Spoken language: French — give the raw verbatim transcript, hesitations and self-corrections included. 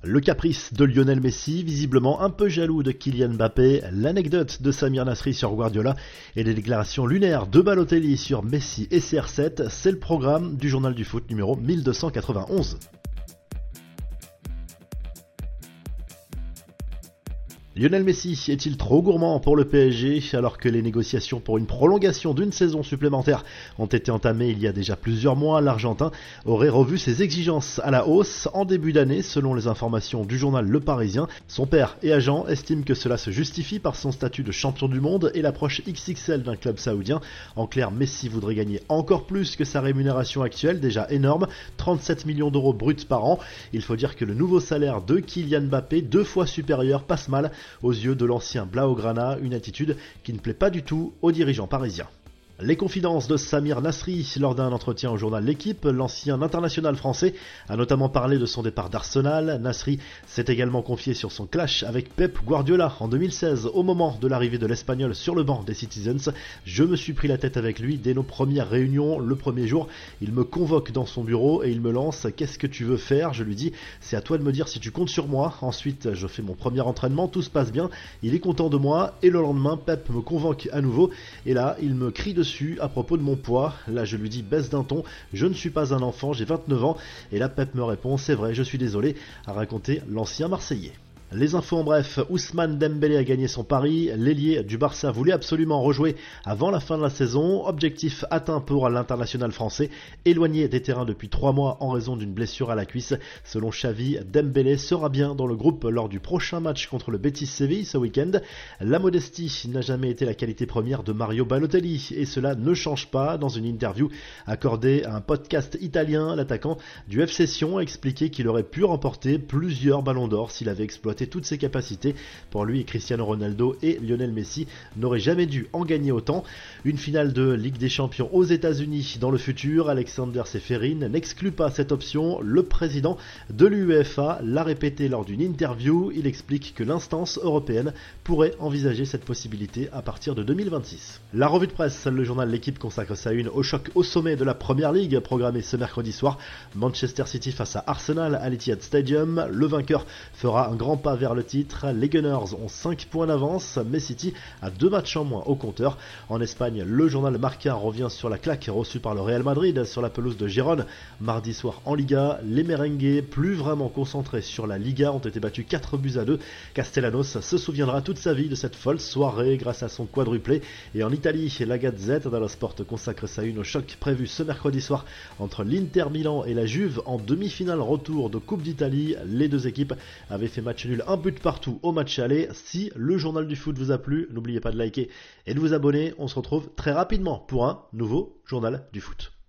Le caprice de Lionel Messi, visiblement un peu jaloux de Kylian Mbappé, l'anecdote de Samir Nasri sur Guardiola et les déclarations lunaires de Balotelli sur Messi et C R sept, c'est le programme du journal du foot numéro mille deux cent quatre-vingt-onze. Lionel Messi est-il trop gourmand pour le P S G alors que les négociations pour une prolongation d'une saison supplémentaire ont été entamées il y a déjà plusieurs mois? L'Argentin aurait revu ses exigences à la hausse en début d'année selon les informations du journal Le Parisien. Son père et agent estiment que cela se justifie par son statut de champion du monde et l'approche X X L d'un club saoudien. En clair, Messi voudrait gagner encore plus que sa rémunération actuelle, déjà énorme, trente-sept millions d'euros bruts par an. Il faut dire que le nouveau salaire de Kylian Mbappé, deux fois supérieur, passe mal aux yeux de l'ancien Blaugrana, une attitude qui ne plaît pas du tout aux dirigeants parisiens. Les confidences de Samir Nasri lors d'un entretien au journal L'Équipe, l'ancien international français a notamment parlé de son départ d'Arsenal. Nasri s'est également confié sur son clash avec Pep Guardiola en deux mille seize au moment de l'arrivée de l'Espagnol sur le banc des Citizens. Je me suis pris la tête avec lui dès nos premières réunions. Le premier jour, il me convoque dans son bureau et il me lance « Qu'est-ce que tu veux faire ?» Je lui dis « C'est à toi de me dire si tu comptes sur moi. » Ensuite, je fais mon premier entraînement, tout se passe bien, il est content de moi et le lendemain, Pep me convoque à nouveau et là, il me crie dessus à propos de mon poids. Là je lui dis baisse d'un ton, je ne suis pas un enfant, j'ai vingt-neuf ans, et là Pep me répond c'est vrai, je suis désolé, a raconté l'ancien Marseillais. Les infos en bref, Ousmane Dembélé a gagné son pari, l'ailier du Barça voulait absolument rejouer avant la fin de la saison, objectif atteint pour l'international français, éloigné des terrains depuis trois mois en raison d'une blessure à la cuisse. Selon Xavi, Dembélé sera bien dans le groupe lors du prochain match contre le Betis Séville ce week-end. La modestie n'a jamais été la qualité première de Mario Balotelli et cela ne change pas. Dans une interview accordée à un podcast italien, l'attaquant du F C Sion a expliqué qu'il aurait pu remporter plusieurs ballons d'or s'il avait exploité toutes ses capacités. Pour lui, Cristiano Ronaldo et Lionel Messi n'auraient jamais dû en gagner autant. Une finale de Ligue des Champions aux États-Unis dans le futur, Alexander Ceferin n'exclut pas cette option. Le président de l'UEFA l'a répété lors d'une interview. Il explique que l'instance européenne pourrait envisager cette possibilité à partir de deux mille vingt-six. La revue de presse, le journal L'Équipe consacre sa une au choc au sommet de la Première Ligue programmé ce mercredi soir. Manchester City face à Arsenal à l'Etihad Stadium. Le vainqueur fera un grand pas vers le titre. Les Gunners ont cinq points d'avance, mais City a deux matchs en moins au compteur. En Espagne, le journal Marca revient sur la claque reçue par le Real Madrid sur la pelouse de Gérone. Mardi soir en Liga, les merengues, plus vraiment concentrés sur la Liga, ont été battus quatre buts à deux. Castellanos se souviendra toute sa vie de cette folle soirée grâce à son quadruplé. Et en Italie, la Gazette dello Sport consacre sa une au choc prévu ce mercredi soir entre l'Inter Milan et la Juve en demi-finale retour de Coupe d'Italie. Les deux équipes avaient fait match nul un but partout au match aller. Si le journal du foot vous a plu, n'oubliez pas de liker et de vous abonner. On se retrouve très rapidement pour un nouveau journal du foot.